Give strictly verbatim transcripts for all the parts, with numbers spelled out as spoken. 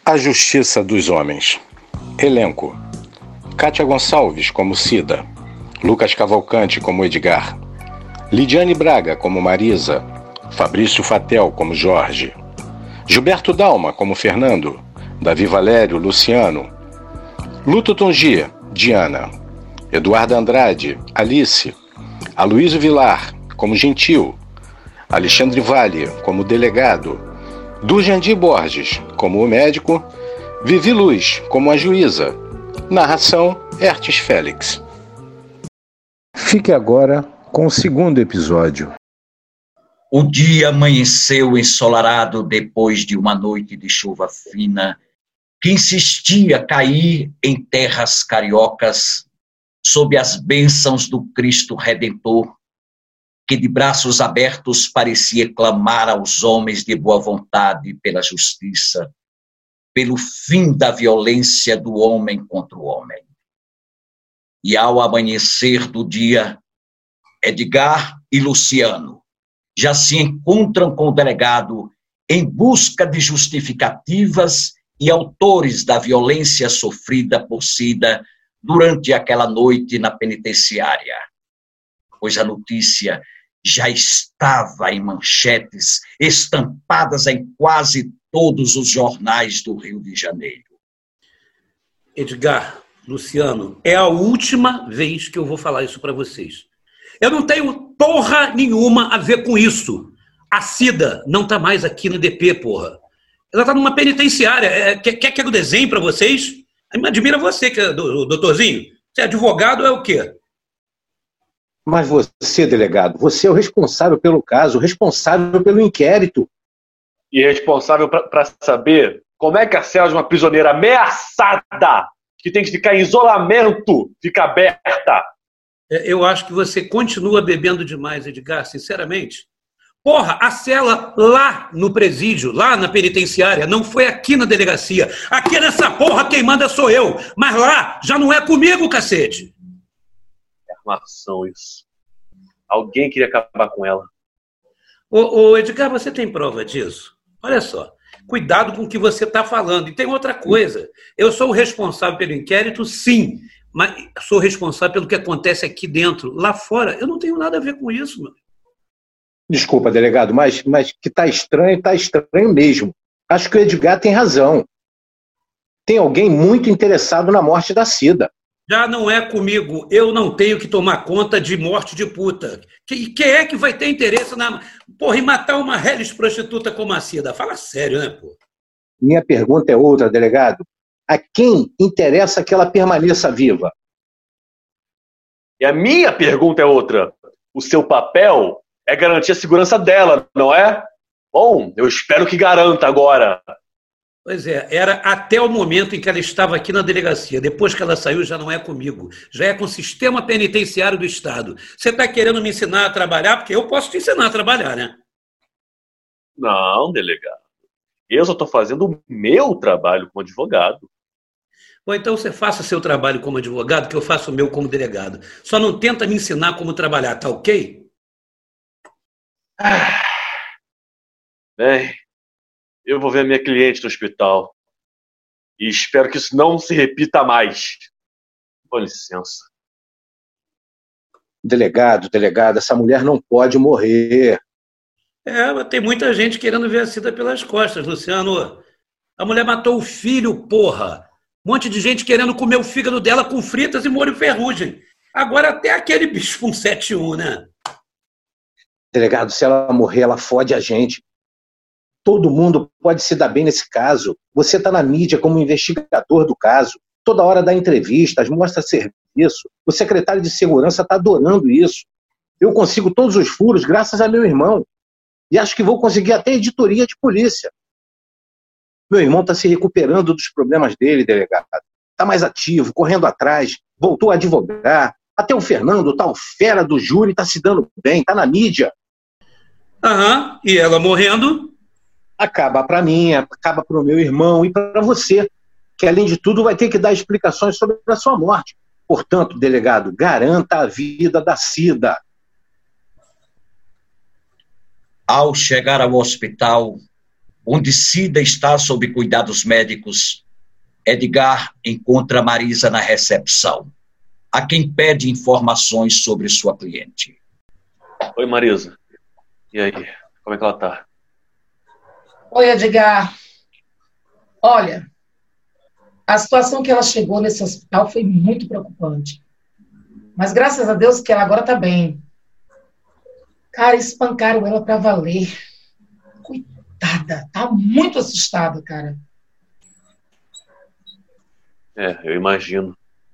A Justiça dos Homens. Elenco: Kátia Gonçalves como Cida, Lucas Cavalcante como Edgar, Lidiane Braga como Marisa, Fabrício Fatel como Jorge, Gilberto Dalma como Fernando, Davi Valério Luciano, Luto Tungia, Diana, Eduardo Andrade, Alice, Aloysio Vilar como Gentil, Alexandre Vale como Delegado, Durjandi Borges como o Médico, Vivi Luz como a Juíza. Narração: Hertes Félix. Fique agora com o segundo episódio. O dia amanheceu ensolarado depois de uma noite de chuva fina que insistia cair em terras cariocas sob as bênçãos do Cristo Redentor, que de braços abertos parecia clamar aos homens de boa vontade pela justiça, pelo fim da violência do homem contra o homem. E ao amanhecer do dia, Edgar e Luciano já se encontram com o delegado em busca de justificativas e autores da violência sofrida por Cida durante aquela noite na penitenciária, pois a notícia já estava em manchetes estampadas em quase todos os jornais do Rio de Janeiro. Edgar, Luciano, é a última vez que eu vou falar isso para vocês. Eu não tenho porra nenhuma a ver com isso. A Cida não tá mais aqui no D P, porra. Ela tá numa penitenciária. É, quer, quer que eu desenhe para vocês? Me admira você, que é, do, doutorzinho. Você é advogado, é o quê? Mas você, delegado, você é o responsável pelo caso, o responsável pelo inquérito. E responsável para saber como é que a cela de uma prisioneira ameaçada, que tem que ficar em isolamento, fica aberta. Eu acho que você continua bebendo demais, Edgar, sinceramente. Porra, a cela lá no presídio, lá na penitenciária, não foi aqui na delegacia. Aqui nessa porra quem manda sou eu. Mas lá já não é comigo, cacete. É armação isso. Alguém queria acabar com ela. Ô, ô Edgar, você tem prova disso? Olha só. Cuidado com o que você está falando. E tem outra coisa. Eu sou o responsável pelo inquérito, sim. Mas sou responsável pelo que acontece aqui dentro. Lá fora, eu não tenho nada a ver com isso, mano. Desculpa, delegado, mas, mas que tá estranho, tá estranho mesmo. Acho que o Edgar tem razão. Tem alguém muito interessado na morte da Cida. Já não é comigo. Eu não tenho que tomar conta de morte de puta. Quem é que vai ter interesse na... Porra, em matar uma reles prostituta como a Cida? Fala sério, né, pô? Minha pergunta é outra, delegado. A quem interessa que ela permaneça viva? E a minha pergunta é outra. O seu papel é garantir a segurança dela, não é? Bom, eu espero que garanta agora. Pois é, era até o momento em que ela estava aqui na delegacia. Depois que ela saiu, já não é comigo. Já é com o sistema penitenciário do Estado. Você está querendo me ensinar a trabalhar? Porque eu posso te ensinar a trabalhar, né? Não, delegado. Eu só estou fazendo o meu trabalho como advogado. Bom, então você faça seu trabalho como advogado, que eu faço o meu como delegado. Só não tenta me ensinar como trabalhar, tá ok? Ah, bem, eu vou ver a minha cliente no hospital. E espero que isso não se repita mais. Com licença. Delegado, delegado, essa mulher não pode morrer. É, mas tem muita gente querendo ver a Cida pelas costas, Luciano. A mulher matou o filho, porra. Um monte de gente querendo comer o fígado dela com fritas e molho ferrugem. Agora até aquele bicho com sete um, né? Delegado, se ela morrer, ela fode a gente. Todo mundo pode se dar bem nesse caso. Você está na mídia como investigador do caso. Toda hora dá entrevistas, mostra serviço. O secretário de segurança está adorando isso. Eu consigo todos os furos graças a meu irmão. E acho que vou conseguir até editoria de polícia. Meu irmão está se recuperando dos problemas dele, delegado. Está mais ativo, correndo atrás, voltou a advogar. Até o Fernando, tal fera do júri, está se dando bem, está na mídia. Aham, e ela morrendo? Acaba para mim, acaba para o meu irmão e para você, que além de tudo vai ter que dar explicações sobre a sua morte. Portanto, delegado, garanta a vida da Cida. Ao chegar ao hospital, onde Cida está sob cuidados médicos, Edgar encontra Marisa na recepção, a quem pede informações sobre sua cliente. Oi, Marisa. E aí, como é que ela tá? Oi, Edgar. Olha, a situação que ela chegou nesse hospital foi muito preocupante. Mas graças a Deus que ela agora tá bem. Cara, espancaram ela pra valer. Coitada, tá muito assustada, cara. É, eu imagino.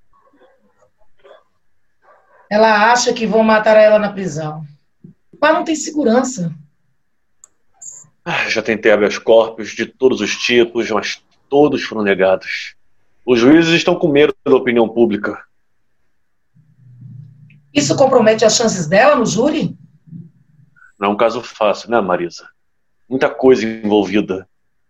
Ela acha que vão matar ela na prisão. Mas não tem segurança. Ah, já tentei habeas corpus de todos os tipos, mas todos foram negados. Os juízes estão com medo da opinião pública. Isso compromete as chances dela no júri? Não é um caso fácil, né, Marisa? Muita coisa envolvida.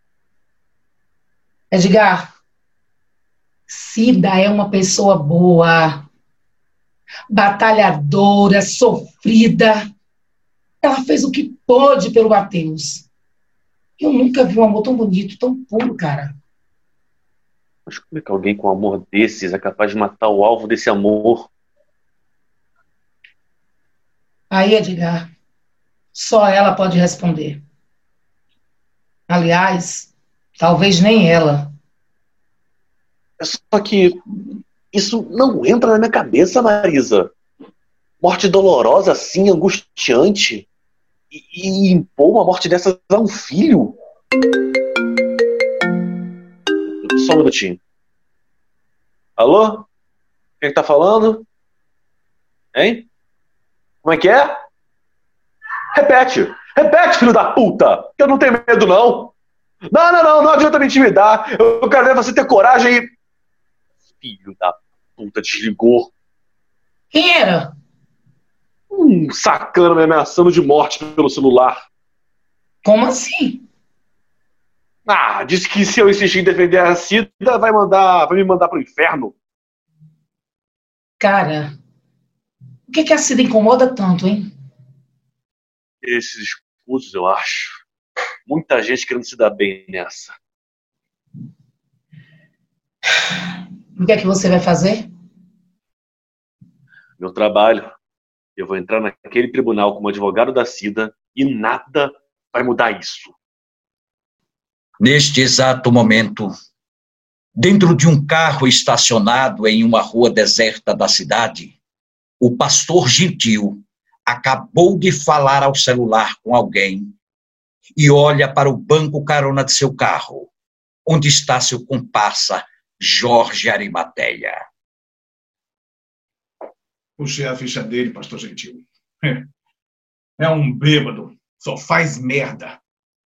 Edgar, Cida é uma pessoa boa, batalhadora, sofrida. Ela fez o que pôde pelo Matheus. Eu nunca vi um amor tão bonito, tão puro, cara. Mas como é que alguém com um amor desses é capaz de matar o alvo desse amor? Aí, Edgar, só ela pode responder. Aliás, talvez nem ela. Só que isso não entra na minha cabeça, Marisa. Morte dolorosa assim, angustiante. E, e impor uma morte dessas a um filho? Só um minutinho. Alô? Quem tá falando? Hein? Como é que é? Repete! Repete, filho da puta! Que eu não tenho medo, não! Não, não, não, não adianta me intimidar. Eu quero ver você ter coragem e... Filho da puta, desligou. Quem era? Um sacana me ameaçando de morte pelo celular. Como assim? Ah, disse que se eu insistir em defender a Cida, vai mandar, vai me mandar pro inferno. Cara, o que que a Cida incomoda tanto, hein? Esses escudos, eu acho. Muita gente querendo se dar bem nessa. O que é que você vai fazer? Meu trabalho. Eu vou entrar naquele tribunal como advogado da Cida e nada vai mudar isso. Neste exato momento, dentro de um carro estacionado em uma rua deserta da cidade, o pastor Gentil acabou de falar ao celular com alguém e olha para o banco carona de seu carro, onde está seu comparsa, Jorge Arimateia. Puxei a ficha dele, pastor Gentil. É um bêbado, só faz merda.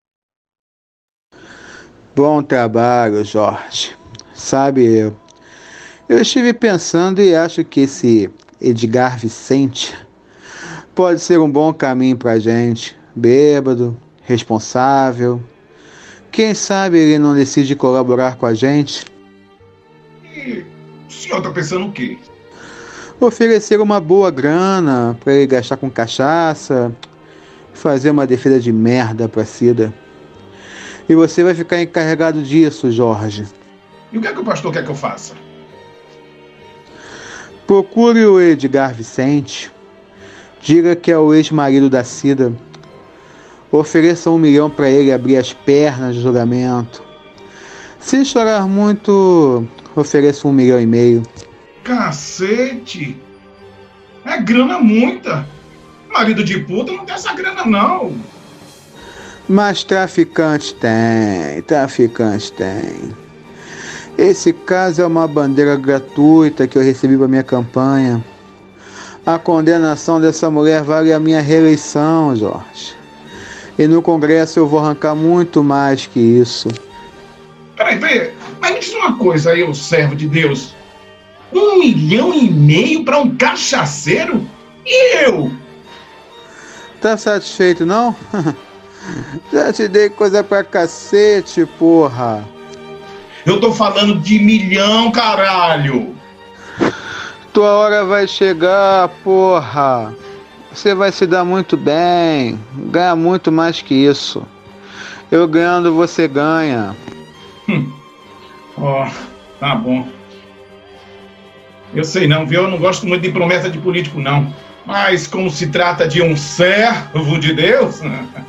Bom trabalho, Jorge. Sabe, eu, eu estive pensando e acho que esse Edgar Vicente pode ser um bom caminho pra gente. Bêbado, responsável. Quem sabe ele não decide colaborar com a gente? E o senhor tá pensando o quê? Oferecer uma boa grana para ele gastar com cachaça, fazer uma defesa de merda pra Cida. E você vai ficar encarregado disso, Jorge. E o que é que o pastor quer que eu faça? Procure o Edgar Vicente, diga que é o ex-marido da Cida, ofereça um milhão para ele abrir as pernas do julgamento. Se chorar muito, ofereça um milhão e meio. Cacete! É grana muita! Marido de puta não tem essa grana, não! Mas traficante tem, traficante tem. Esse caso é uma bandeira gratuita que eu recebi para minha campanha. A condenação dessa mulher vale a minha reeleição, Jorge. E no Congresso eu vou arrancar muito mais que isso. Peraí, peraí, mas me diz uma coisa aí, ô servo de Deus. Um milhão e meio para um cachaceiro? E eu? Tá satisfeito, não? Já te dei coisa pra cacete, porra. Eu tô falando de milhão, caralho. Tua hora vai chegar, porra. Você vai se dar muito bem, ganhar muito mais que isso. Eu ganhando, você ganha. Hum. Ó, tá bom. Eu sei não, viu? Eu não gosto muito de promessa de político, não. Mas como se trata de um servo de Deus,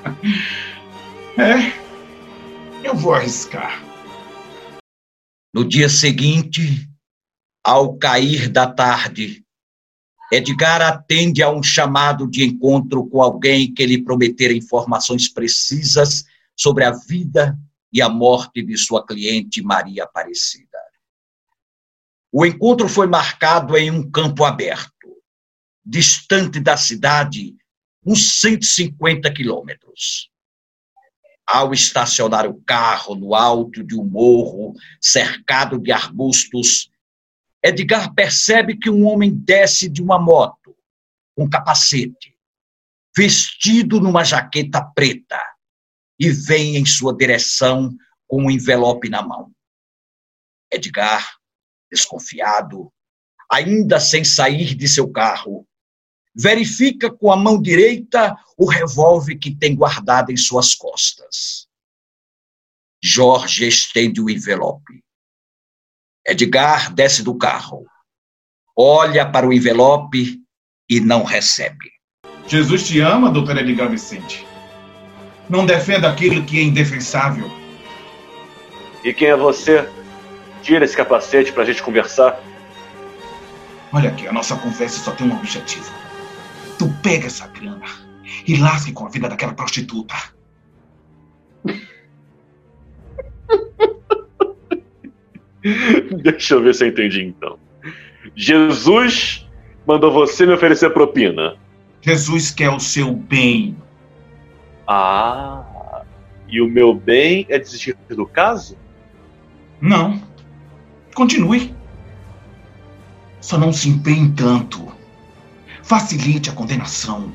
é, eu vou arriscar. No dia seguinte, ao cair da tarde, Edgar atende a um chamado de encontro com alguém que lhe prometera informações precisas sobre a vida e a morte de sua cliente Maria Aparecida. O encontro foi marcado em um campo aberto, distante da cidade, uns cento e cinquenta quilômetros. Ao estacionar o carro no alto de um morro, cercado de arbustos, Edgar percebe que um homem desce de uma moto, com capacete, vestido numa jaqueta preta, e vem em sua direção com um envelope na mão. Edgar, desconfiado, ainda sem sair de seu carro, verifica com a mão direita o revólver que tem guardado em suas costas. Jorge estende o envelope. Edgar desce do carro, olha para o envelope e não recebe. Jesus te ama, doutor Edgar Vicente. Não defenda aquilo que é indefensável. E quem é você? Tira esse capacete pra gente conversar. Olha aqui, a nossa conversa só tem um objetivo. Tu pega essa grana e lasque com a vida daquela prostituta. Deixa eu ver se eu entendi, então. Jesus mandou você me oferecer propina. Jesus quer o seu bem. Ah, e o meu bem é desistir do caso? Não. Continue. Só não se empenhe tanto. Facilite a condenação.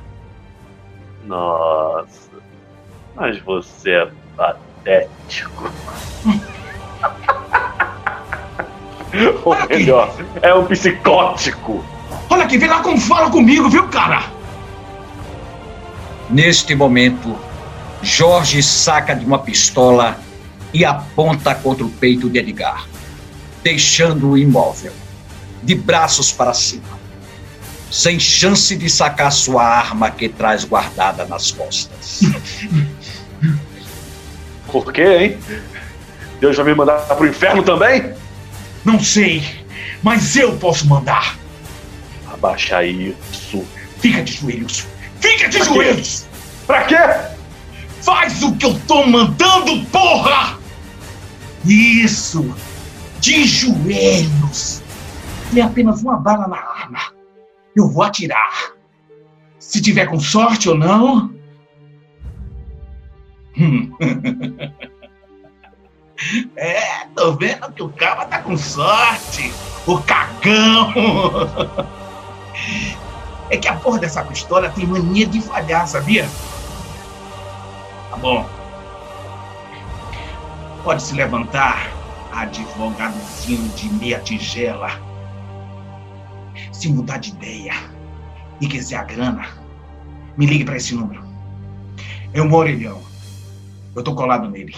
Nossa, mas você é patético. Ou melhor, é um psicótico. Olha aqui, vem lá como fala comigo, viu, cara? Neste momento, Jorge saca de uma pistola e aponta contra o peito de Edgar, deixando-o imóvel, de braços para cima, sem chance de sacar sua arma que traz guardada nas costas. Por quê, hein? Deus vai me mandar pro inferno também? Não sei, mas eu posso mandar. Abaixa isso. Fica de joelhos. Fica de pra joelhos. Quê? Pra quê? Faz o que eu tô mandando, porra! Isso. De joelhos. É apenas uma bala na arma. Eu vou atirar. Se tiver com sorte ou não... Hum. É, tô vendo que o cara tá com sorte. O cagão. É que a porra dessa pistola tem mania de falhar, sabia? Tá bom. Pode se levantar, advogadozinho de meia tigela. Se mudar de ideia e quiser a grana, me ligue pra esse número. É o Orelhão. Eu tô colado nele.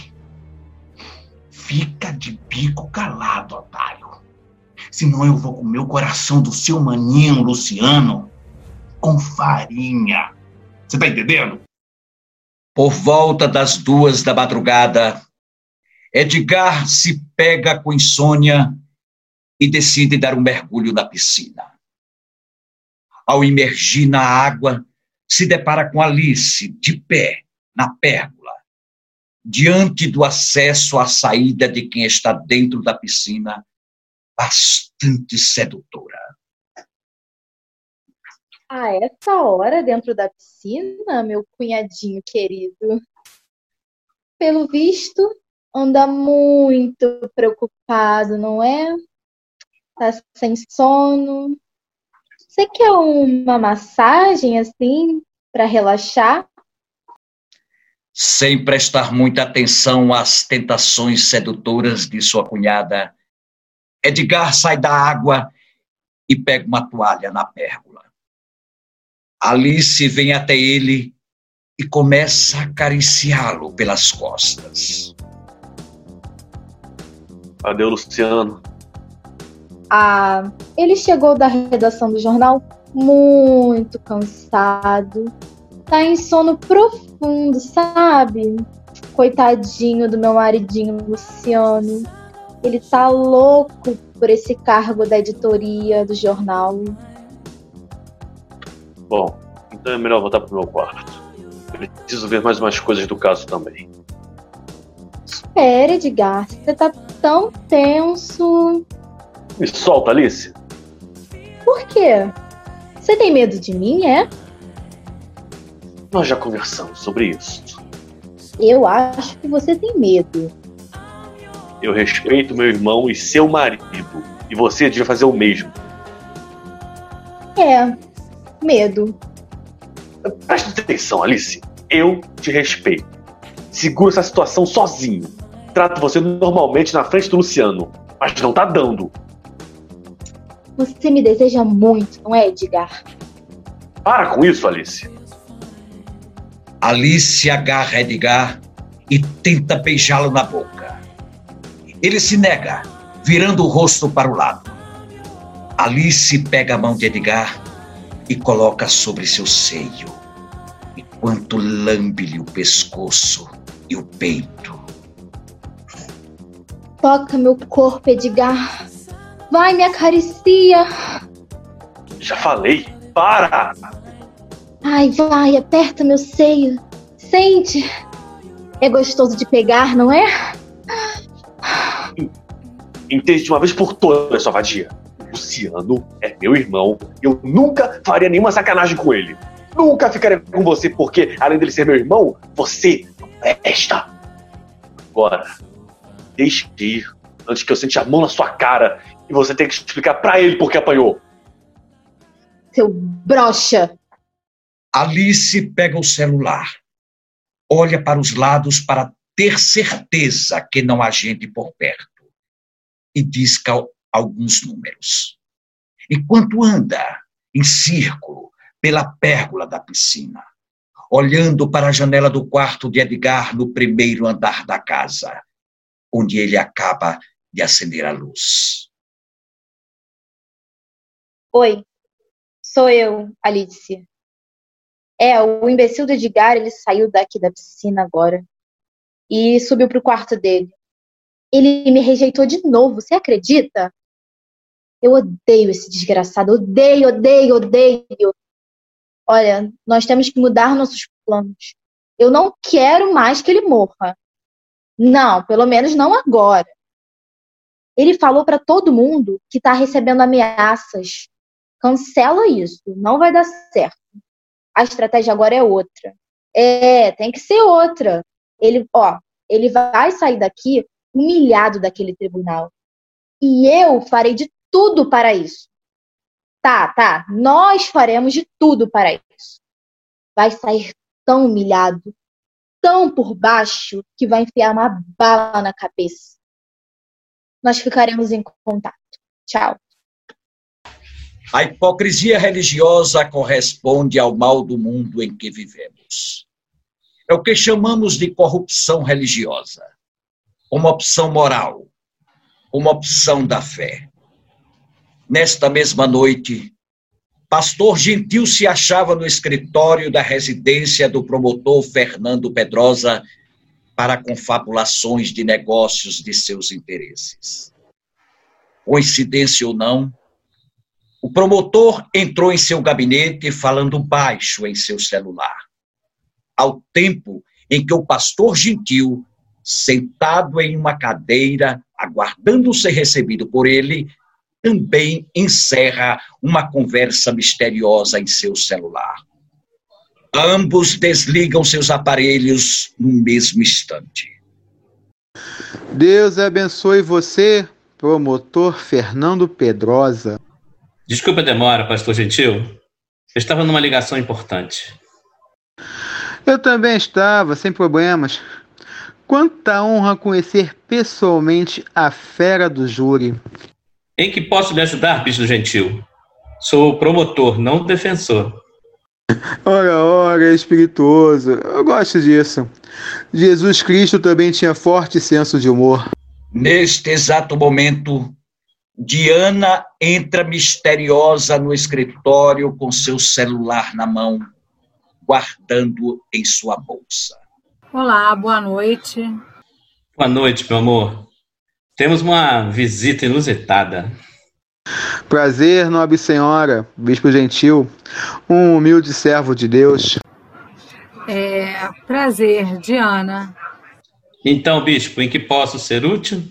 Fica de bico calado, otário. Senão eu vou comer o coração do seu maninho, Luciano, com farinha. Você tá entendendo? Por volta das duas da madrugada, Edgar se pega com insônia e decide dar um mergulho na piscina. Ao imergir na água, se depara com Alice, de pé, na pérgola, diante do acesso à saída de quem está dentro da piscina, bastante sedutora. A essa hora, dentro da piscina, meu cunhadinho querido, pelo visto, anda muito preocupado, não é? Tá sem sono. Você quer uma massagem, assim, para relaxar? Sem prestar muita atenção às tentações sedutoras de sua cunhada, Edgar sai da água e pega uma toalha na pérgola. Alice vem até ele e começa a acariciá-lo pelas costas. Cadê o Luciano? Ah, ele chegou da redação do jornal muito cansado. Tá em sono profundo, sabe? Coitadinho do meu maridinho Luciano. Ele tá louco por esse cargo da editoria do jornal. Bom, então é melhor voltar pro meu quarto. Eu preciso ver mais umas coisas do caso também. Espera, Edgar. Você tá tão tenso. Me solta, Alice. Por quê? Você tem medo de mim, é? Nós já conversamos sobre isso. Eu acho que você tem medo. Eu respeito meu irmão e seu marido. E você devia fazer o mesmo. É, medo. Preste atenção, Alice. Eu te respeito. Seguro essa situação sozinho. Trato você normalmente na frente do Luciano. Mas não tá dando. Você me deseja muito, não é, Edgar? Para com isso, Alice. Alice agarra Edgar e tenta beijá-lo na boca. Ele se nega, virando o rosto para o lado. Alice pega a mão de Edgar e coloca sobre seu seio, enquanto lambe-lhe o pescoço e o peito. Toca meu corpo, Edgar. Vai, me acaricia. Já falei, para! Ai, vai, aperta meu seio. Sente. É gostoso de pegar, não é? Entende de uma vez por todas, sua vadia. Luciano é meu irmão. Eu nunca faria nenhuma sacanagem com ele. Nunca ficaria com você porque, além dele ser meu irmão, você não presta. Agora, deixe de ir antes que eu sente a mão na sua cara e você tenha que explicar pra ele por que apanhou. Seu broxa. Alice pega o celular, olha para os lados para ter certeza que não há gente por perto e disca alguns números. Enquanto anda em círculo pela pérgola da piscina, olhando para a janela do quarto de Edgar no primeiro andar da casa, onde ele acaba de acender a luz. Oi, sou eu, Alice. É, o imbecil do Edgar, ele saiu daqui da piscina agora e subiu pro quarto dele. Ele me rejeitou de novo, você acredita? Eu odeio esse desgraçado, odeio, odeio, odeio. Olha, nós temos que mudar nossos planos. Eu não quero mais que ele morra. Não, pelo menos não agora. Ele falou pra todo mundo que tá recebendo ameaças. Cancela isso, não vai dar certo. A estratégia agora é outra. É, tem que ser outra. Ele, ó, ele vai sair daqui humilhado daquele tribunal. E eu farei de tudo para isso. Tá, tá, nós faremos de tudo para isso. Vai sair tão humilhado, tão por baixo, que vai enfiar uma bala na cabeça. Nós ficaremos em contato. Tchau. A hipocrisia religiosa corresponde ao mal do mundo em que vivemos. É o que chamamos de corrupção religiosa. Uma opção moral, uma opção da fé. Nesta mesma noite, Pastor Gentil se achava no escritório da residência do promotor Fernando Pedrosa para confabulações de negócios de seus interesses. Coincidência ou não, o promotor entrou em seu gabinete falando baixo em seu celular, ao tempo em que o pastor Gentil, sentado em uma cadeira, aguardando ser recebido por ele, também encerra uma conversa misteriosa em seu celular. Ambos desligam seus aparelhos no mesmo instante. Deus abençoe você, promotor Fernando Pedrosa. Desculpa a demora, pastor Gentil. Eu estava numa ligação importante. Eu também estava, sem problemas. Quanta honra conhecer pessoalmente a fera do júri. Em que posso lhe ajudar, bicho Gentil? Sou promotor, não defensor. Ora, ora, é espirituoso. Eu gosto disso. Jesus Cristo também tinha forte senso de humor. Neste exato momento, Diana entra misteriosa no escritório com seu celular na mão, guardando em sua bolsa. Olá, boa noite. Boa noite, meu amor. Temos uma visita inusitada. Prazer, nobre senhora, Bispo Gentil, um humilde servo de Deus. É, prazer, Diana. Então, Bispo, em que posso ser útil?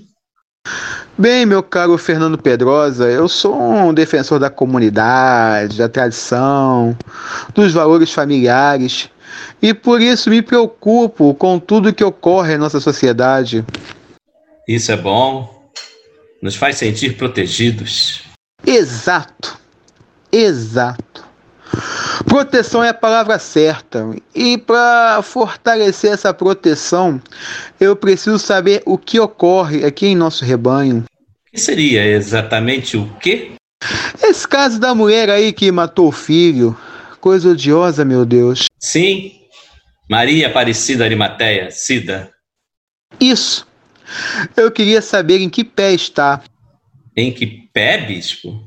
Bem, meu caro Fernando Pedrosa, eu sou um defensor da comunidade, da tradição, dos valores familiares, e por isso me preocupo com tudo que ocorre em nossa sociedade. Isso é bom. Nos faz sentir protegidos. Exato. Exato. Proteção é a palavra certa. E para fortalecer essa proteção, eu preciso saber o que ocorre aqui em nosso rebanho. O que seria exatamente o quê? Esse caso da mulher aí que matou o filho. Coisa odiosa, meu Deus. Sim. Maria Aparecida Arimateia, Cida. Isso. Eu queria saber em que pé está. Em que pé, Bispo?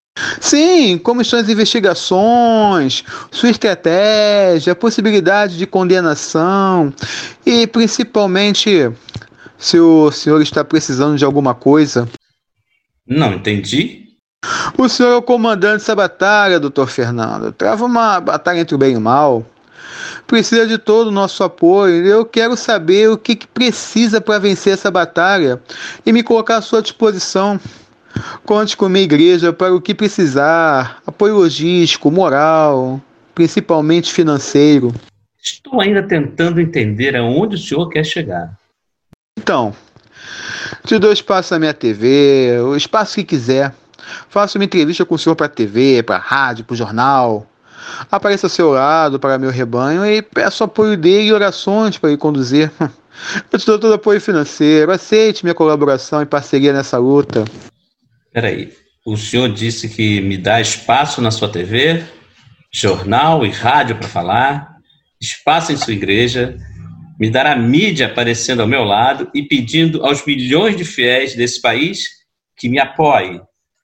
Sim, como estão as investigações, sua estratégia, a possibilidade de condenação e, principalmente, se o senhor está precisando de alguma coisa. Não entendi. O senhor é o comandante dessa batalha, doutor Fernando. Trava uma batalha entre o bem e o mal. Precisa de todo o nosso apoio. Eu quero saber o que, que precisa para vencer essa batalha e me colocar à sua disposição. Conte com minha igreja para o que precisar, apoio logístico, moral, principalmente financeiro. Estou ainda tentando entender aonde o senhor quer chegar. Então, te dou espaço na minha T V, o espaço que quiser. Faço uma entrevista com o senhor para a T V, para a rádio, para o jornal. Apareça ao seu lado para meu rebanho e peço apoio dele e orações para ele conduzir. Eu te dou todo o apoio financeiro. Aceite minha colaboração e parceria nessa luta. Peraí, o senhor disse que me dá espaço na sua T V, jornal e rádio para falar, espaço em sua igreja, me dará mídia aparecendo ao meu lado e pedindo aos milhões de fiéis desse país que me apoiem.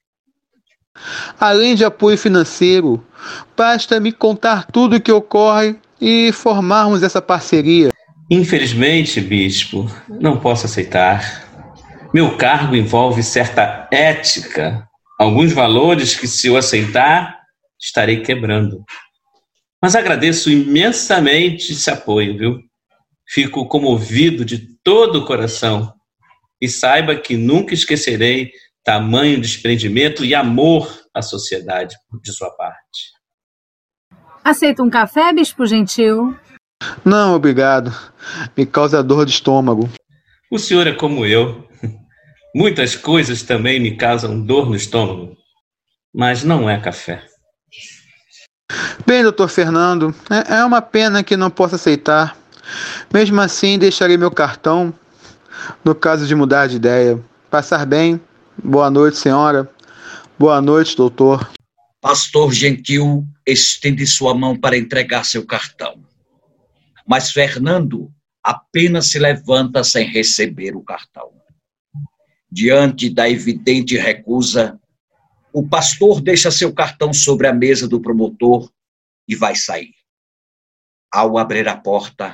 Além de apoio financeiro, basta me contar tudo o que ocorre e formarmos essa parceria. Infelizmente, bispo, não posso aceitar. Meu cargo envolve certa ética, alguns valores que, se eu aceitar, estarei quebrando. Mas agradeço imensamente esse apoio, viu? Fico comovido de todo o coração. E saiba que nunca esquecerei tamanho desprendimento e amor à sociedade de sua parte. Aceita um café, Bispo Gentil? Não, obrigado. Me causa dor de estômago. O senhor é como eu. Muitas coisas também me causam dor no estômago, mas não é café. Bem, doutor Fernando, é uma pena que não possa aceitar. Mesmo assim, deixarei meu cartão no caso de mudar de ideia. Passar bem. Boa noite, senhora. Boa noite, doutor. Pastor Gentil estende sua mão para entregar seu cartão. Mas Fernando apenas se levanta sem receber o cartão. Diante da evidente recusa, o pastor deixa seu cartão sobre a mesa do promotor e vai sair. Ao abrir a porta,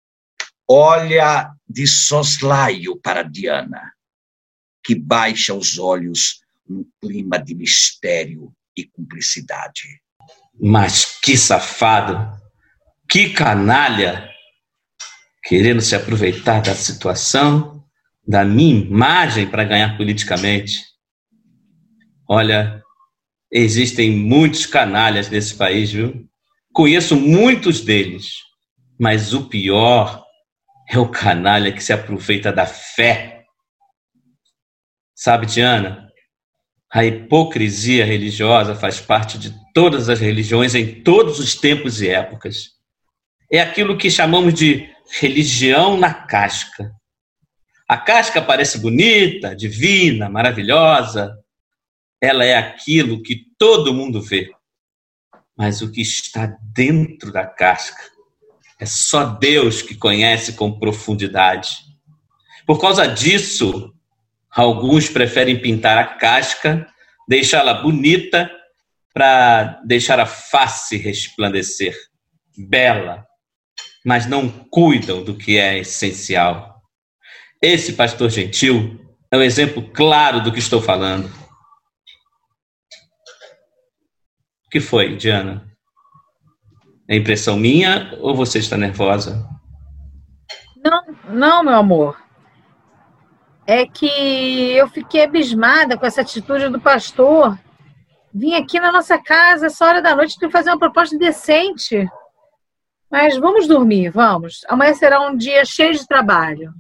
olha de soslaio para Diana, que baixa os olhos num clima de mistério e cumplicidade. Mas que safado! Que canalha! Querendo se aproveitar da situação, da minha imagem para ganhar politicamente. Olha, existem muitos canalhas nesse país, viu? Conheço muitos deles, mas o pior é o canalha que se aproveita da fé. Sabe, Diana, a hipocrisia religiosa faz parte de todas as religiões em todos os tempos e épocas. É aquilo que chamamos de religião na casca. A casca parece bonita, divina, maravilhosa. Ela é aquilo que todo mundo vê. Mas o que está dentro da casca é só Deus que conhece com profundidade. Por causa disso, alguns preferem pintar a casca, deixá-la bonita, para deixar a face resplandecer, bela, mas não cuidam do que é essencial. Esse pastor gentil é um exemplo claro do que estou falando. O que foi, Diana? É impressão minha ou você está nervosa? Não, não, meu amor. É que eu fiquei abismada com essa atitude do pastor. Vim aqui na nossa casa essa hora da noite para fazer uma proposta decente. Mas vamos dormir, vamos. Amanhã será um dia cheio de trabalho.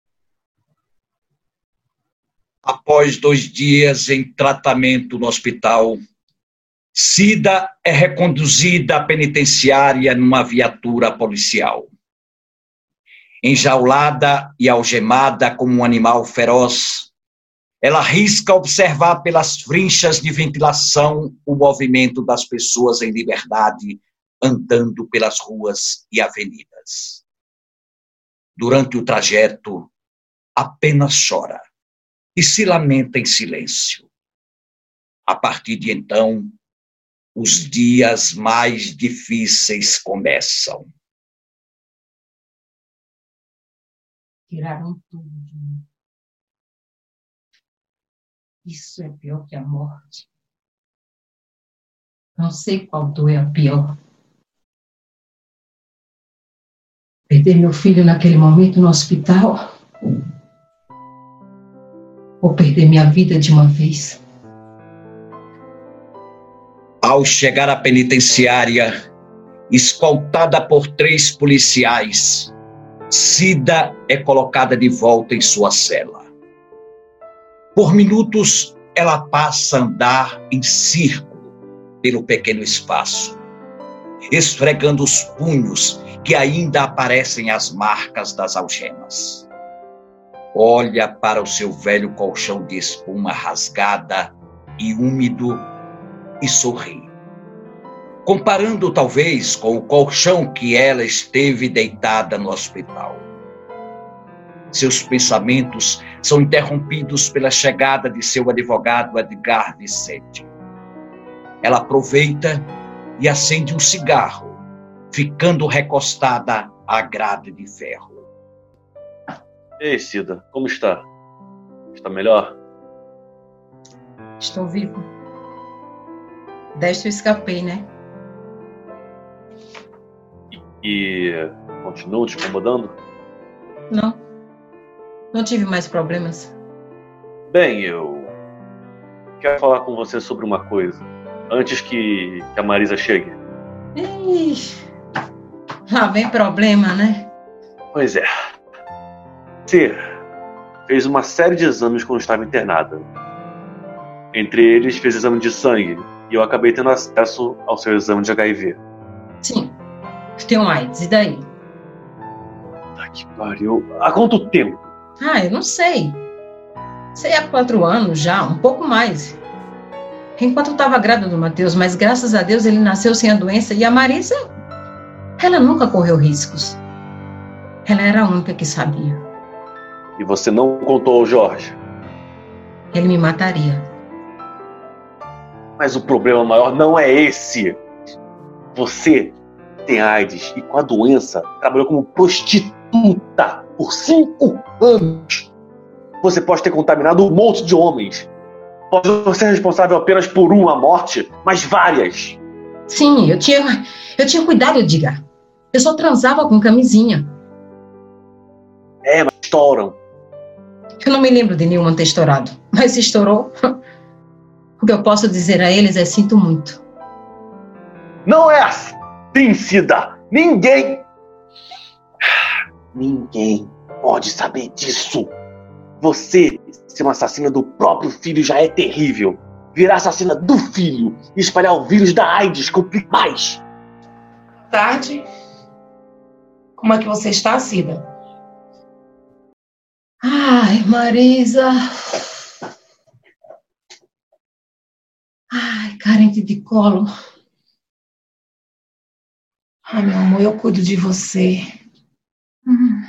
Após dois dias em tratamento no hospital, Cida é reconduzida à penitenciária numa viatura policial. Enjaulada e algemada como um animal feroz, ela arrisca observar pelas frinchas de ventilação o movimento das pessoas em liberdade, andando pelas ruas e avenidas. Durante o trajeto, apenas chora e se lamenta em silêncio. A partir de então, os dias mais difíceis começam. Tiraram tudo de mim. Isso é pior que a morte. Não sei qual dor é a pior. Perder meu filho naquele momento no hospital, ou perder minha vida de uma vez. Ao chegar à penitenciária, escoltada por três policiais, Cida é colocada de volta em sua cela. Por minutos, ela passa a andar em círculo pelo pequeno espaço, esfregando os punhos que ainda aparecem as marcas das algemas. Olha para o seu velho colchão de espuma rasgada e úmido e sorri. Comparando talvez com o colchão que ela esteve deitada no hospital. Seus pensamentos são interrompidos pela chegada de seu advogado Edgar Vicente. Ela aproveita e acende um cigarro, ficando recostada à grade de ferro. Ei, Cida, como está? Está melhor? Estou vivo. Desta eu escapei, né? E continuam te incomodando? Não. Não tive mais problemas. Bem, eu quero falar com você sobre uma coisa. Antes que, que a Marisa chegue. Ixi, lá vem problema, né? Pois é. Você fez uma série de exames quando estava internada. Entre eles, fez exame de sangue. E eu acabei tendo acesso ao seu exame de H I V. Sim. Tenho AIDS, e daí? Tá que pariu. Há quanto tempo? Ah, eu não sei. Sei há quatro anos já, um pouco mais. Enquanto eu estava grávida do Matheus, mas graças a Deus ele nasceu sem a doença. E a Marisa, ela nunca correu riscos. Ela era a única que sabia. E você não contou ao Jorge? Ele me mataria. Mas o problema maior não é esse. Você tem AIDS e com a doença trabalhou como prostituta por cinco anos. Você pode ter contaminado um monte de homens. Pode não ser responsável apenas por uma morte, mas várias. Sim, eu tinha, eu tinha cuidado, Edgar. Eu só transava com camisinha. É, mas estouram. Eu não me lembro de nenhuma ter estourado. Mas se estourou, o que eu posso dizer a eles é sinto muito. Não é assim, Cida. Ninguém... Ninguém pode saber disso. Você ser uma assassina do próprio filho já é terrível. Virar assassina do filho e espalhar o vírus da AIDS complica mais. Tarde. Como é que você está, Cida? Ai, Marisa. Ai, carente de colo. Ah, meu amor, eu cuido de você. Hum.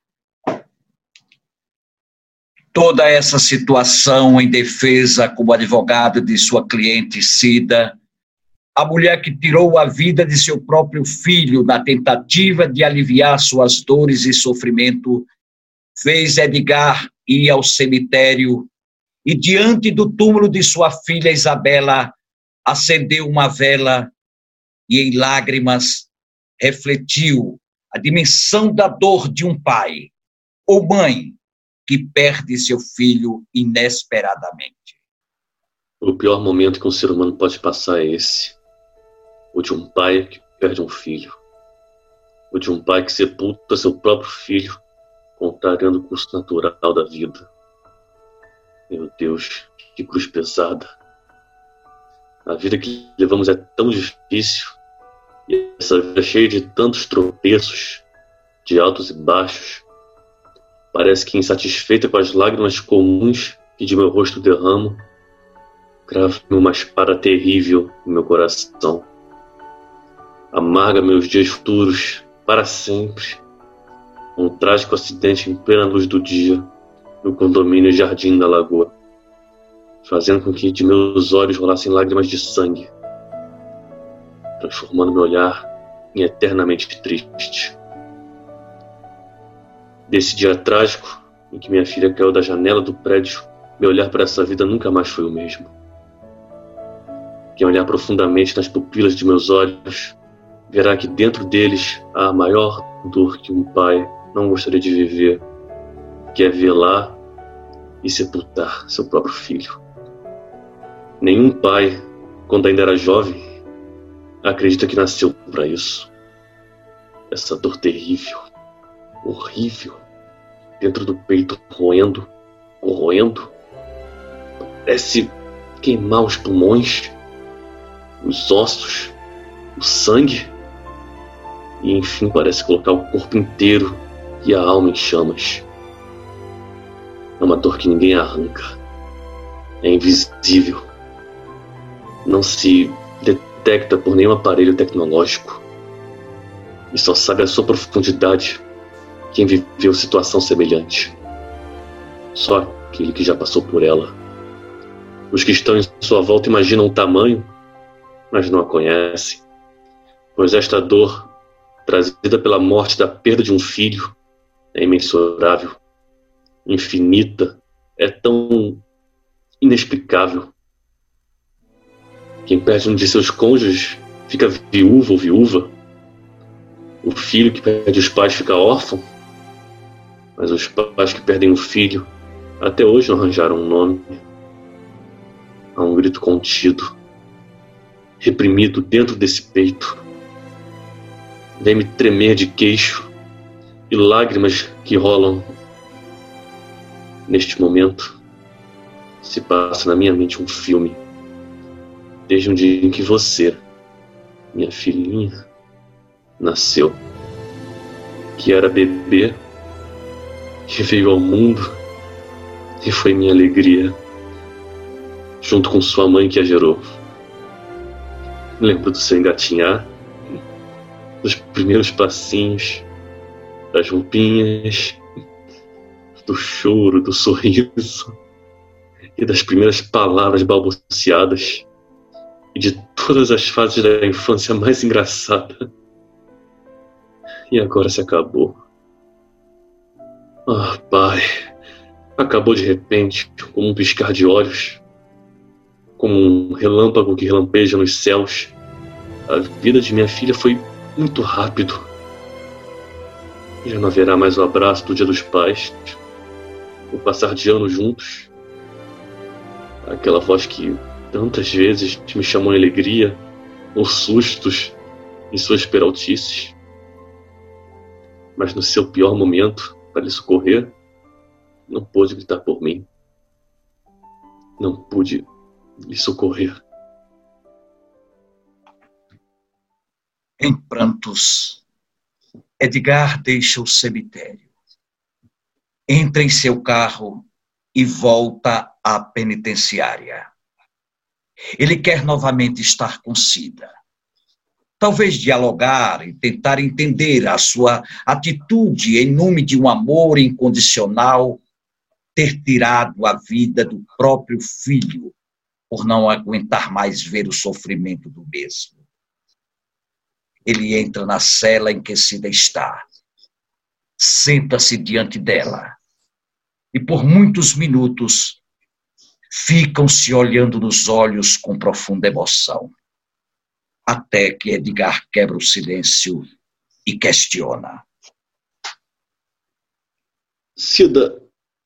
Toda essa situação em defesa como advogado de sua cliente Cida, a mulher que tirou a vida de seu próprio filho na tentativa de aliviar suas dores e sofrimento, fez Edgar ir ao cemitério e, diante do túmulo de sua filha Isabela, acendeu uma vela e, em lágrimas, refletiu a dimensão da dor de um pai ou mãe que perde seu filho inesperadamente. O pior momento que um ser humano pode passar é esse. O de um pai que perde um filho. O de um pai que sepulta seu próprio filho, contrariando o curso natural da vida. Meu Deus, que cruz pesada. A vida que levamos é tão difícil. E essa vida é cheia de tantos tropeços, de altos e baixos. Parece que, insatisfeita com as lágrimas comuns que de meu rosto derramo, cravo-me uma espada terrível em meu coração. Amarga meus dias futuros para sempre. Um trágico acidente em plena luz do dia, no condomínio Jardim da Lagoa, fazendo com que de meus olhos rolassem lágrimas de sangue, transformando meu olhar em eternamente triste. Desse dia trágico, em que minha filha caiu da janela do prédio, meu olhar para essa vida nunca mais foi o mesmo. Quem olhar profundamente nas pupilas de meus olhos, verá que dentro deles há a maior dor que um pai não gostaria de viver, que é velar e sepultar seu próprio filho. Nenhum pai, quando ainda era jovem, acredita que nasceu para isso. Essa dor terrível, horrível, dentro do peito, roendo, corroendo, parece queimar os pulmões, os ossos, o sangue, e enfim parece colocar o corpo inteiro e a alma em chamas. É uma dor que ninguém arranca, é invisível, não se detecta por nenhum aparelho tecnológico, e só sabe a sua profundidade quem viveu situação semelhante. Só aquele que já passou por ela. Os que estão em sua volta imaginam o tamanho, mas não a conhecem, pois esta dor, trazida pela morte da perda de um filho, é imensurável, infinita, é tão inexplicável. Quem perde um de seus cônjuges fica viúvo ou viúva. O filho que perde os pais fica órfão. Mas os pais que perdem um filho até hoje não arranjaram um nome. Há um grito contido, reprimido dentro desse peito. Vem-me tremer de queixo e lágrimas que rolam. Neste momento, se passa na minha mente um filme. Desde um dia em que você, minha filhinha, nasceu. Que era bebê, que veio ao mundo e foi minha alegria, junto com sua mãe que a gerou. Lembro do seu engatinhar, dos primeiros passinhos, das roupinhas, do choro, do sorriso e das primeiras palavras balbuciadas e de todas as fases da infância mais engraçada. E agora se acabou. Ah, pai, acabou de repente, como um piscar de olhos, como um relâmpago que relampeja nos céus. A vida de minha filha foi muito rápido. Já não haverá mais o abraço do Dia dos Pais, o passar de anos juntos, aquela voz que tantas vezes me chamou em alegria ou sustos em suas peraltices. Mas no seu pior momento, para lhe socorrer, não pôde gritar por mim. Não pude lhe socorrer. Em prantos, Edgar deixa o cemitério, entra em seu carro e volta à penitenciária. Ele quer novamente estar com Cida. talvez dialogar e tentar entender a sua atitude em nome de um amor incondicional, ter tirado a vida do próprio filho por não aguentar mais ver o sofrimento do mesmo. Ele entra na cela em que Cida está, senta-se diante dela e por muitos minutos ficam se olhando nos olhos com profunda emoção, até que Edgar quebra o silêncio e questiona. Cida,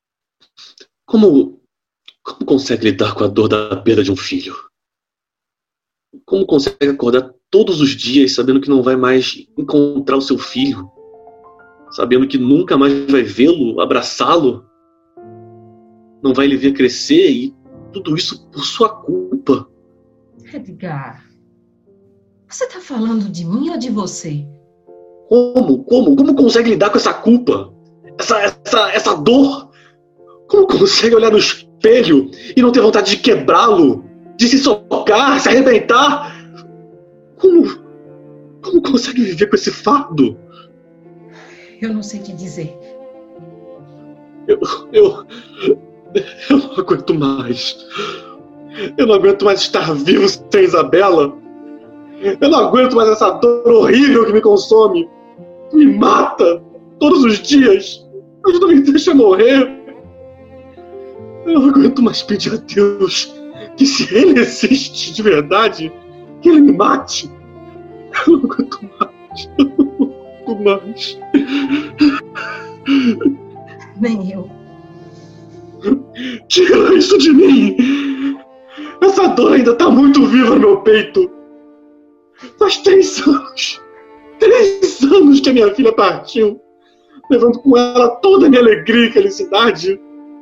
como, como consegue lidar com a dor da perda de um filho? Como consegue acordar todos os dias sabendo que não vai mais encontrar o seu filho? Sabendo que nunca mais vai vê-lo, abraçá-lo? Não vai lhe ver crescer e tudo isso por sua culpa? Edgar, você está falando de mim ou de você? Como? Como? Como consegue lidar com essa culpa? Essa, essa, essa dor? Como consegue olhar no espelho e não ter vontade de quebrá-lo? De se socar, se arrebentar? Como? Como consegue viver com esse fardo? Eu não sei te dizer. Eu... Eu... Eu não aguento mais. Eu não aguento mais estar vivo sem Isabela. Eu não aguento mais essa dor horrível que me consome. Me mata todos os dias. Mas não me deixa morrer. Eu não aguento mais pedir a Deus que, se Ele existe de verdade, que Ele me mate. Eu não aguento mais. Eu não aguento mais. Nem eu. Tira isso de mim! Essa dor ainda está muito viva no meu peito. Faz três anos, três anos que a minha filha partiu, levando com ela toda a minha alegria e felicidade.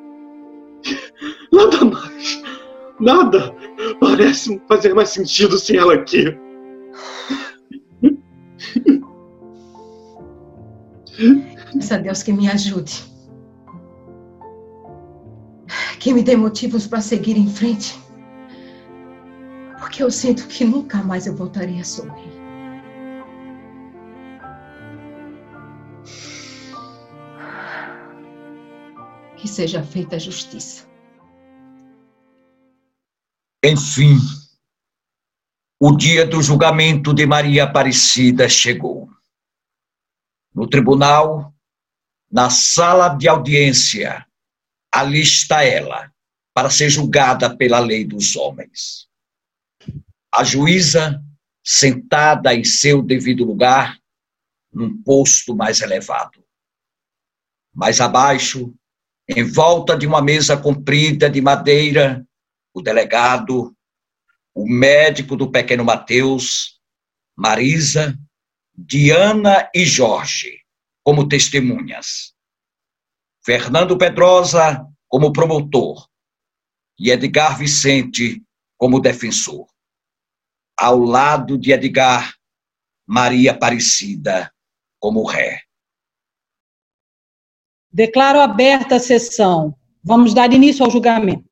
Nada mais, nada parece fazer mais sentido sem ela aqui. Peço a Deus que me ajude. Que me dê motivos para seguir em frente. Porque eu sinto que nunca mais eu voltaria a sorrir. Que seja feita a justiça. Enfim, o dia do julgamento de Maria Aparecida chegou. No tribunal, na sala de audiência, ali está ela, para ser julgada pela lei dos homens. A juíza, sentada em seu devido lugar, num posto mais elevado. Mais abaixo, em volta de uma mesa comprida de madeira, o delegado, o médico do pequeno Mateus, Marisa, Diana e Jorge, como testemunhas. Fernando Pedrosa como promotor e Edgar Vicente como defensor. Ao lado de Edgar, Maria Aparecida como ré. Declaro aberta a sessão. Vamos dar início ao julgamento.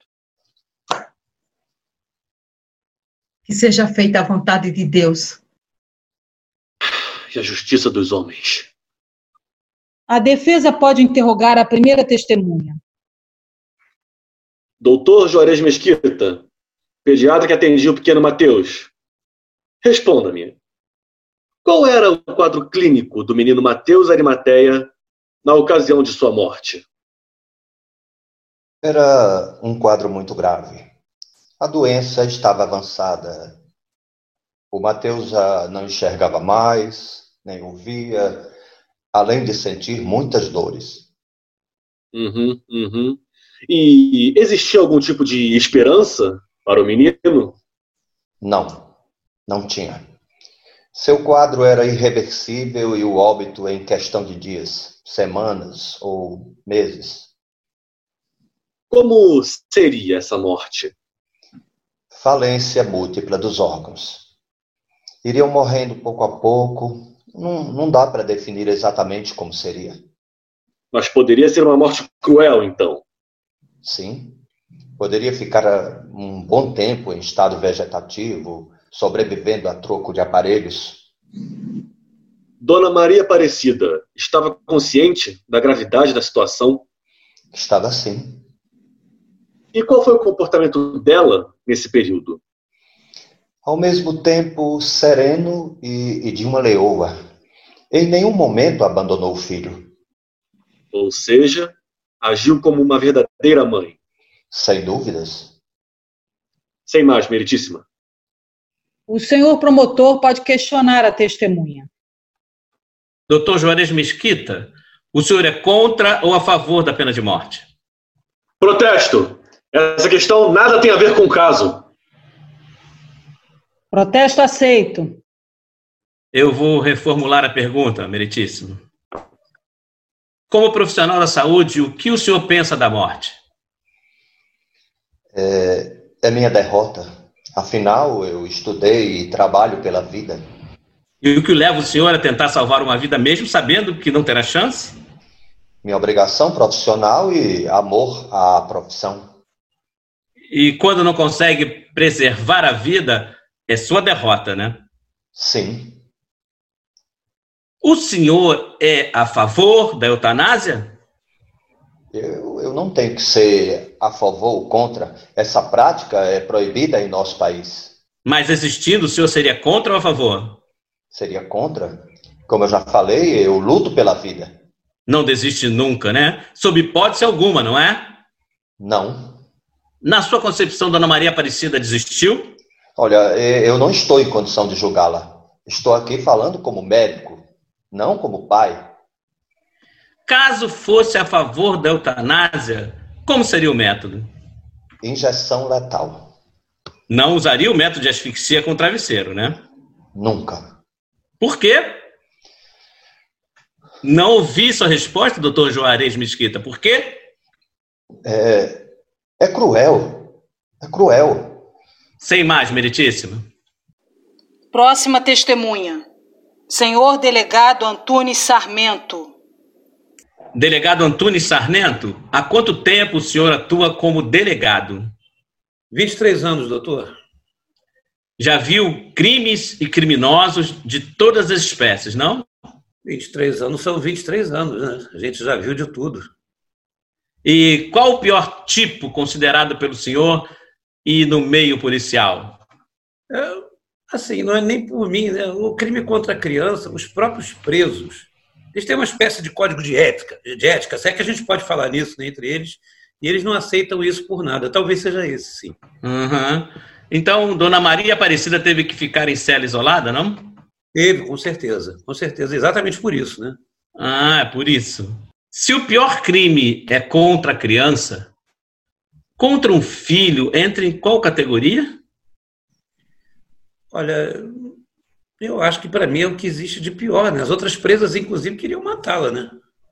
Que seja feita a vontade de Deus. E a justiça dos homens. A defesa pode interrogar a primeira testemunha. Doutor Juarez Mesquita, pediatra que atendia o pequeno Mateus. Responda-me. Qual era o quadro clínico do menino Mateus Arimateia na ocasião de sua morte? Era um quadro muito grave. A doença estava avançada. O Mateus já não enxergava mais, nem ouvia, além de sentir muitas dores. Uhum, uhum. E existia algum tipo de esperança para o menino? Não, não tinha. Seu quadro era irreversível e o óbito em questão de dias, semanas ou meses. Como seria essa morte? Falência múltipla dos órgãos. Iriam morrendo pouco a pouco. Não, não dá para definir exatamente como seria. Mas poderia ser uma morte cruel, então? Sim. Poderia ficar um bom tempo em estado vegetativo, sobrevivendo a troco de aparelhos, Dona Maria Aparecida estava consciente da gravidade da situação? Estava sim. E qual foi o comportamento dela nesse período? Ao mesmo tempo sereno e, e de uma leoa. Em nenhum momento abandonou o filho. Ou seja, agiu como uma verdadeira mãe. Sem dúvidas. Sem mais, meritíssima. O senhor promotor pode questionar a testemunha. Doutor Juarez Mesquita, o senhor é contra ou a favor da pena de morte? Protesto! Essa questão nada tem a ver com o caso. Protesto aceito. Eu vou reformular a pergunta, meritíssimo. Como profissional da saúde, o que o senhor pensa da morte? É, é minha derrota. Afinal, eu estudei e trabalho pela vida. E o que leva o senhor a tentar salvar uma vida mesmo sabendo que não terá chance? Minha obrigação profissional e amor à profissão. E quando não consegue preservar a vida, é sua derrota, né? Sim. O senhor é a favor da eutanásia? Eu, eu não tenho que ser a favor ou contra. Essa prática é proibida em nosso país. Mas existindo, o senhor seria contra ou a favor? Seria contra. Como eu já falei, eu luto pela vida. Não desiste nunca, né? Sob hipótese alguma, não é? Não. Na sua concepção, Dona Maria Aparecida desistiu? Olha, eu não estou em condição de julgá-la. Estou aqui falando como médico, não como pai. Caso fosse a favor da eutanásia, como seria o método? Injeção letal. Não usaria o método de asfixia com travesseiro, né? Nunca. Por quê? Não ouvi sua resposta, doutor Juarez Mesquita. Por quê? É, é cruel. É cruel. Sem mais, meritíssima. Próxima testemunha. Senhor delegado Antunes Sarmento. Delegado Antunes Sarmento, há quanto tempo o senhor atua como delegado? vinte e três anos, doutor. Já viu crimes e criminosos de todas as espécies, não? vinte e três anos são vinte e três anos, né? A gente já viu de tudo. E qual o pior tipo considerado pelo senhor e no meio policial? É, assim, não é nem por mim, né? O crime contra a criança, os próprios presos, eles têm uma espécie de código de ética, de ética, se é que a gente pode falar nisso, né, entre eles, e eles não aceitam isso por nada. Talvez seja esse, sim. Uhum. Então, Dona Maria Aparecida teve que ficar em cela isolada, não? Teve, com certeza. Com certeza, exatamente por isso, né? Ah, é por isso. Se o pior crime é contra a criança, contra um filho, entra em qual categoria? Olha, eu acho que para mim é o que existe de pior, né? As outras presas, inclusive, queriam matá-la, né?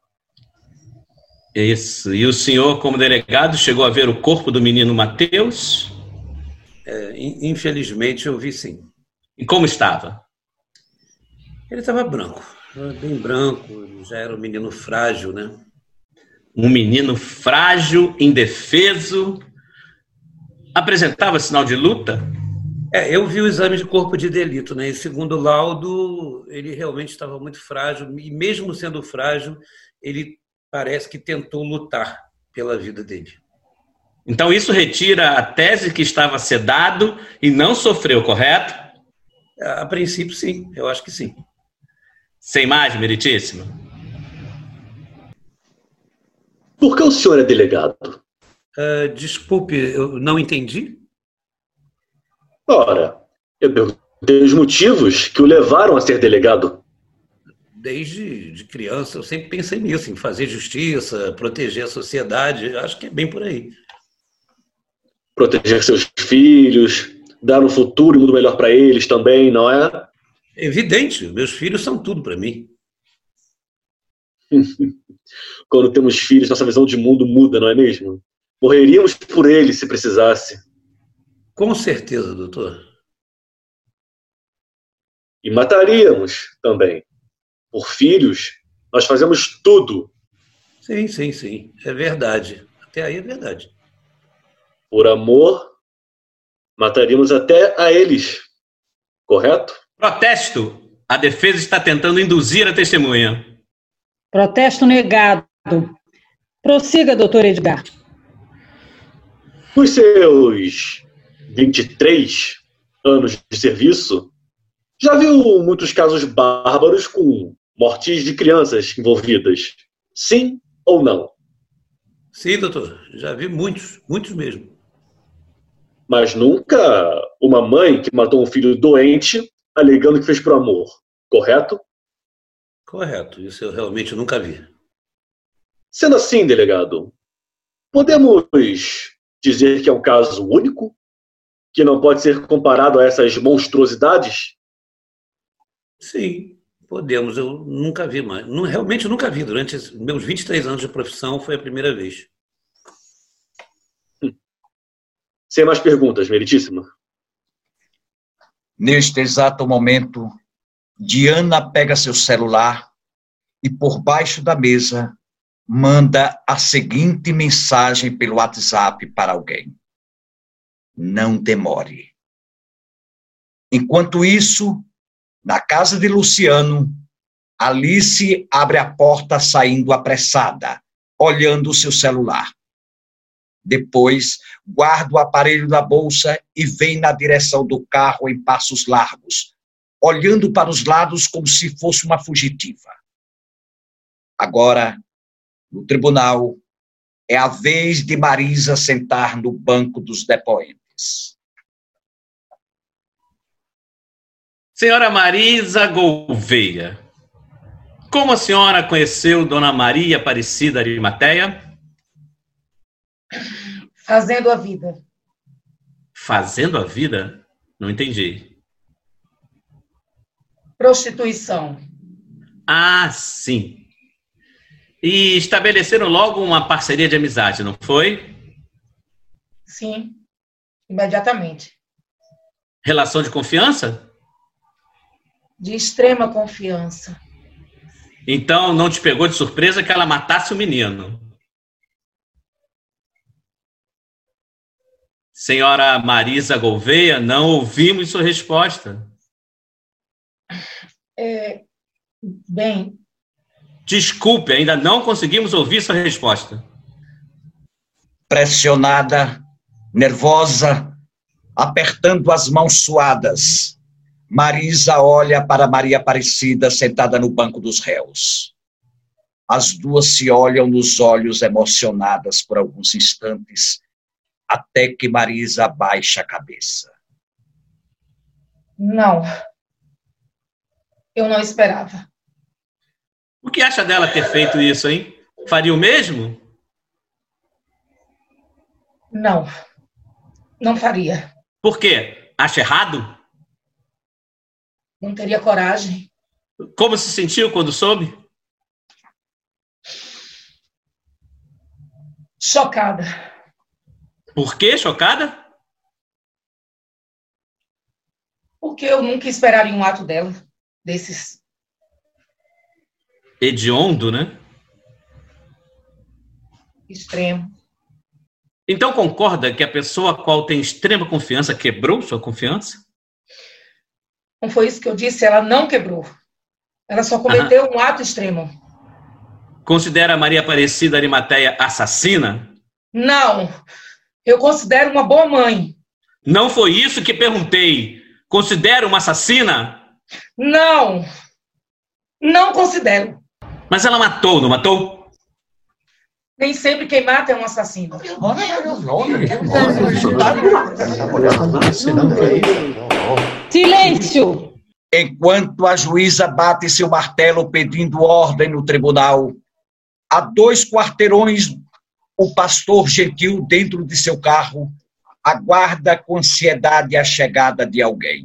Isso. E o senhor, como delegado, chegou a ver o corpo do menino Mateus? É, infelizmente, eu vi sim. E como estava? Ele estava branco, bem branco, já era um menino frágil, né? Um menino frágil, indefeso. Apresentava sinal de luta? É, eu vi o exame de corpo de delito, né? E segundo o laudo, ele realmente estava muito frágil, e mesmo sendo frágil, ele parece que tentou lutar pela vida dele. Então isso retira a tese que estava sedado e não sofreu, correto? A princípio, sim. Eu acho que sim. Sem mais, meritíssimo. Por que o senhor é delegado? Uh, desculpe, eu não entendi. Ora, eu perguntei os motivos que o levaram a ser delegado. Desde de criança eu sempre pensei nisso, em fazer justiça, proteger a sociedade. Acho que é bem por aí. Proteger seus filhos, dar um futuro e um mundo melhor para eles também, não é? Evidente, meus filhos são tudo para mim. Quando temos filhos, nossa visão de mundo muda, não é mesmo? Morreríamos por eles se precisasse. Com certeza, doutor. E mataríamos também. Por filhos, nós fazemos tudo. Sim, sim, sim. É verdade. Até aí é verdade. Por amor, mataríamos até a eles. Correto? Protesto. A defesa está tentando induzir a testemunha. Protesto negado. Prossiga, doutor Edgar. Nos seus vinte e três anos de serviço, já viu muitos casos bárbaros com mortes de crianças envolvidas? Sim ou não? Sim, doutor. Já vi muitos, muitos mesmo. Mas nunca uma mãe que matou um filho doente alegando que fez por amor, correto? Correto. Isso eu realmente nunca vi. Sendo assim, delegado, podemos dizer que é um caso único? Que não pode ser comparado a essas monstruosidades? Sim, podemos. Eu nunca vi mais. Não, realmente nunca vi. Durante meus vinte e três anos de profissão, foi a primeira vez. Hum. Sem mais perguntas, meritíssima. Neste exato momento, Diana pega seu celular e, por baixo da mesa, manda a seguinte mensagem pelo WhatsApp para alguém. Não demore. Enquanto isso, na casa de Luciano, Alice abre a porta saindo apressada, olhando o seu celular. Depois, guarda o aparelho na bolsa e vem na direção do carro em passos largos, olhando para os lados como se fosse uma fugitiva. Agora, no tribunal, é a vez de Marisa sentar no banco dos depoentes. Senhora Marisa Gouveia, como a senhora conheceu Dona Maria Aparecida Arimateia? Fazendo a vida. Fazendo a vida? Não entendi. Prostituição. Ah, sim. E estabeleceram logo uma parceria de amizade, não foi? Sim, imediatamente. Relação de confiança? De extrema confiança. Então não te pegou de surpresa que ela matasse o menino? Senhora Marisa Gouveia, não ouvimos sua resposta. É, bem... Desculpe, ainda não conseguimos ouvir sua resposta. Pressionada, nervosa, apertando as mãos suadas, Marisa olha para Maria Aparecida sentada no banco dos réus. As duas se olham nos olhos emocionadas por alguns instantes, até que Marisa abaixa a cabeça. Não. Eu não esperava. O que acha dela ter feito isso, hein? Faria o mesmo? Não. Não faria. Por quê? Acha errado? Não teria coragem. Como se sentiu quando soube? Chocada. Por quê? Chocada? Porque eu nunca esperaria um ato dela, desses. Hediondo, né? Extremo. Então concorda que a pessoa a qual tem extrema confiança quebrou sua confiança? Não foi isso que eu disse, ela não quebrou. Ela só cometeu Aham. um ato extremo. Considera Maria Aparecida Arimateia assassina? Não. Eu considero uma boa mãe. Não foi isso que perguntei. Considera uma assassina? Não. Não considero. Mas ela matou, não matou? Nem sempre quem mata é um assassino. Silêncio! Enquanto a juíza bate seu martelo pedindo ordem no tribunal, a dois quarteirões, o pastor Gentil, dentro de seu carro, aguarda com ansiedade a chegada de alguém.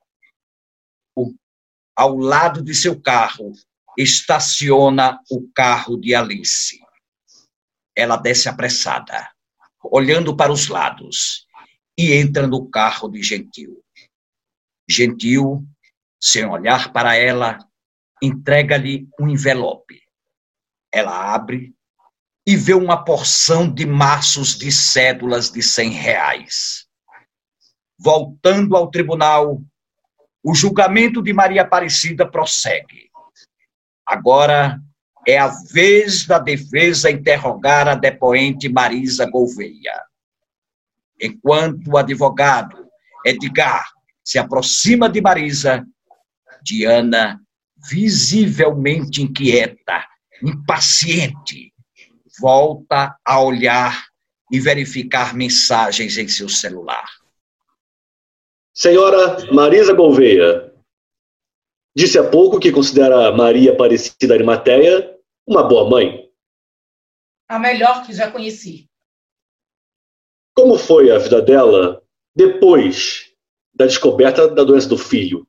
Ao lado de seu carro, estaciona o carro de Alice. Ela desce apressada, olhando para os lados, e entra no carro de Gentil. Gentil, sem olhar para ela, entrega-lhe um envelope. Ela abre e vê uma porção de maços de cédulas de cem reais. Voltando ao tribunal, O julgamento de Maria Aparecida prossegue. Agora é a vez da defesa interrogar a depoente Marisa Gouveia. Enquanto o advogado Edgar se aproxima de Marisa, Diana, visivelmente inquieta, impaciente, volta a olhar e verificar mensagens em seu celular. Senhora Marisa Gouveia, disse há pouco que considera Maria Aparecida Arimateia uma boa mãe. A melhor que já conheci. Como foi a vida dela depois da descoberta da doença do filho?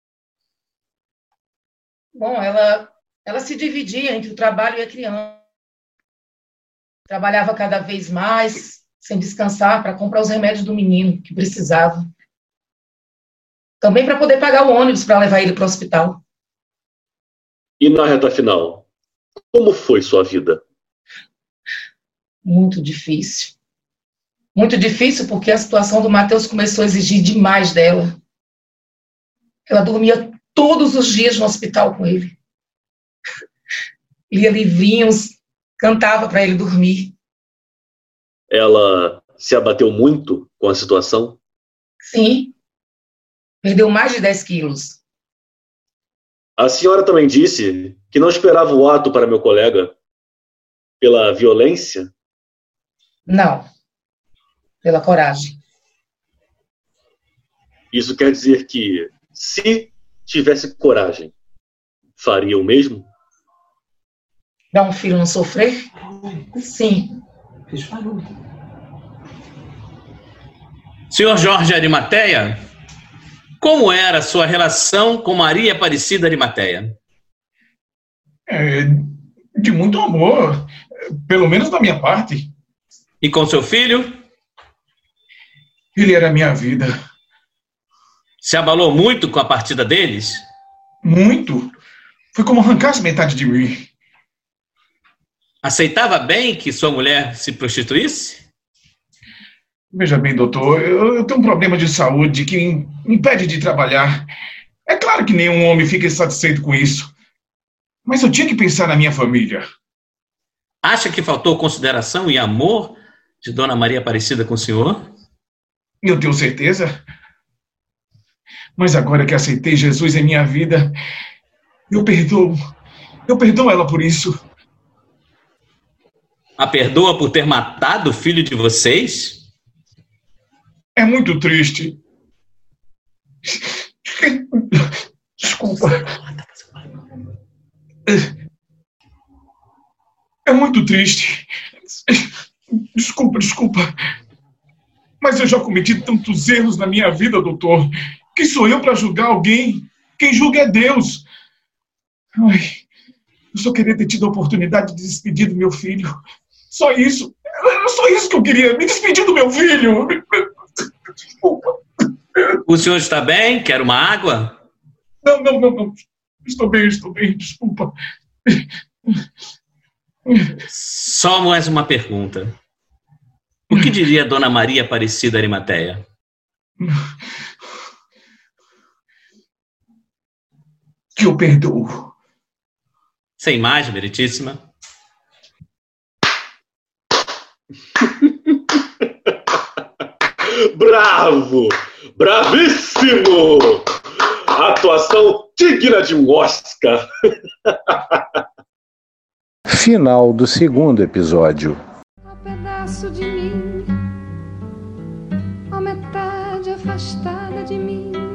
Bom, ela, ela se dividia entre o trabalho e a criança. Trabalhava cada vez mais, sem descansar, para comprar os remédios do menino que precisava. Também para poder pagar o ônibus para levar ele para o hospital. E na reta final, como foi sua vida? Muito difícil. Muito difícil porque a situação do Matheus começou a exigir demais dela. Ela dormia todos os dias no hospital com ele. Lia livrinhos, cantava para ele dormir. Ela se abateu muito com a situação? Sim. Perdeu mais de dez quilos. A senhora também disse que não esperava o ato para meu colega pela violência? Não. Pela coragem. Isso quer dizer que, se tivesse coragem, faria o mesmo? Dar um filho não sofrer? Sim. Senhor Jorge Arimateia, como era a sua relação com Maria Aparecida Arimateia? É, de muito amor, pelo menos da minha parte. E com seu filho? Ele era a minha vida. Se abalou muito com a partida deles? Muito. Foi como arrancar-se metade de mim. Aceitava bem que sua mulher se prostituísse? Veja bem, doutor, eu, eu tenho um problema de saúde que me impede de trabalhar. É claro que nenhum homem fica satisfeito com isso. Mas eu tinha que pensar na minha família. Acha que faltou consideração e amor de Dona Maria Aparecida com o senhor? Eu tenho certeza. Mas agora que aceitei Jesus em minha vida, eu perdoo. Eu perdoo ela por isso. A perdoa por ter matado o filho de vocês? É muito triste. Desculpa. É muito triste. Desculpa, desculpa. Mas eu já cometi tantos erros na minha vida, doutor. Quem sou eu para julgar alguém? Quem julga é Deus. Ai, eu só queria ter tido a oportunidade de despedir do meu filho. Só isso. Era só isso que eu queria. Me despedir do meu filho. Desculpa. O senhor está bem? Quer uma água? Não, não, não, não. Estou bem, estou bem. Desculpa. Só mais uma pergunta. O que diria Dona Maria Aparecida Arimateia? Que eu perdoo. Sem mais, meritíssima. Bravo! Bravíssimo! Atuação digna de um Oscar. Final do segundo episódio. Um pedaço de mim, a metade afastada de mim.